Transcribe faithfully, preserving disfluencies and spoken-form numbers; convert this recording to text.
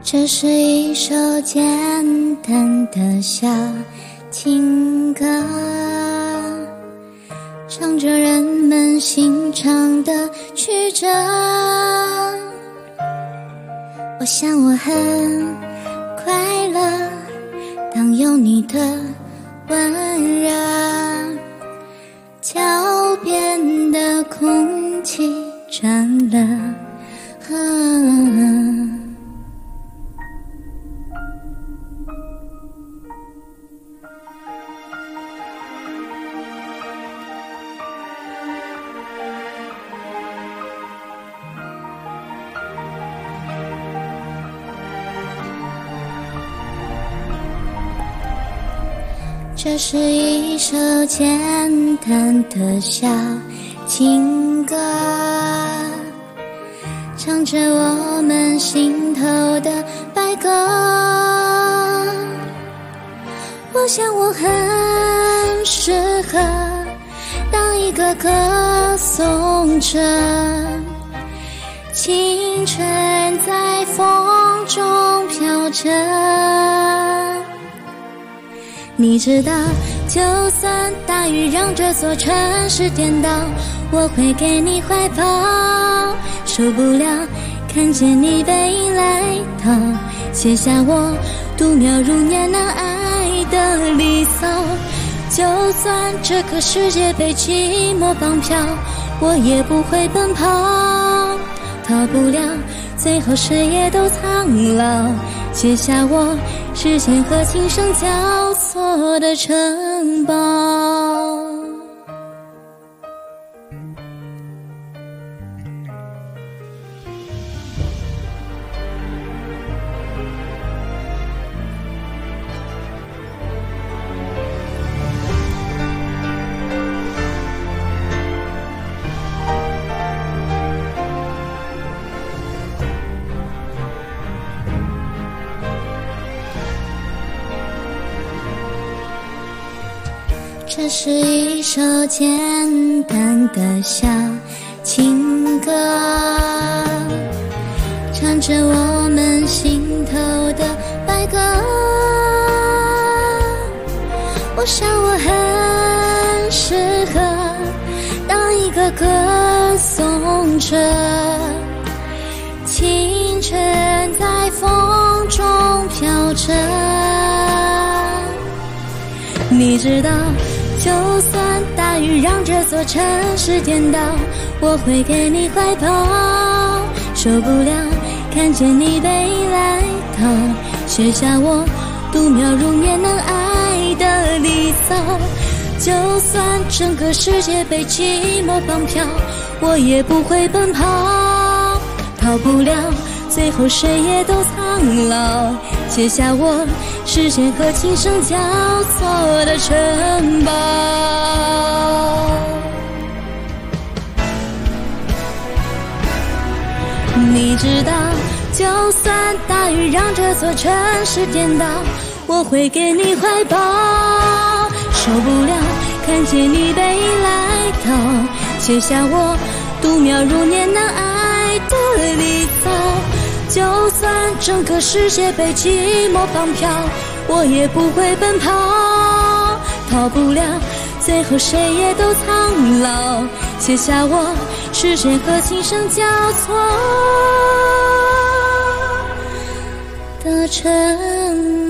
这是一首简单的小情歌，唱着人们心肠的曲折。我想我很快乐，当有你的温热，桥边的空气转了、啊这是一首简单的小情歌，唱着我们心头的白鸽。我想我很适合当一个歌颂者，青春在风中飘着。你知道，就算大雨让这座城市颠倒，我会给你怀抱。受不了看见你背影来到，写下我度秒如年难挨的离骚。就算这个世界被寂寞绑票，我也不会奔跑，逃不了最后谁也都苍老，写下我时间和琴声交错的城堡。这是一首简单的小情歌，唱着我们心头的白鸽。我想我很适合当一个歌颂者，青春在风中飘着。你知道，就算大雨让这座城市颠倒，我会给你怀抱。受不了看见你背影来到，写下我度秒如年难挨的离骚。就算整个世界被寂寞绑票，我也不会奔跑，逃不了最后谁也都苍老，写下我时间和琴声交错的城堡。你知道，就算大雨让这座城市颠倒，我会给你怀抱。受不了看见你背影来到，写下我度秒如年难挨的离骚。就算整个世界被寂寞绑票，我也不会奔跑，逃不了最后谁也都苍老，写下我时间和琴声交错的城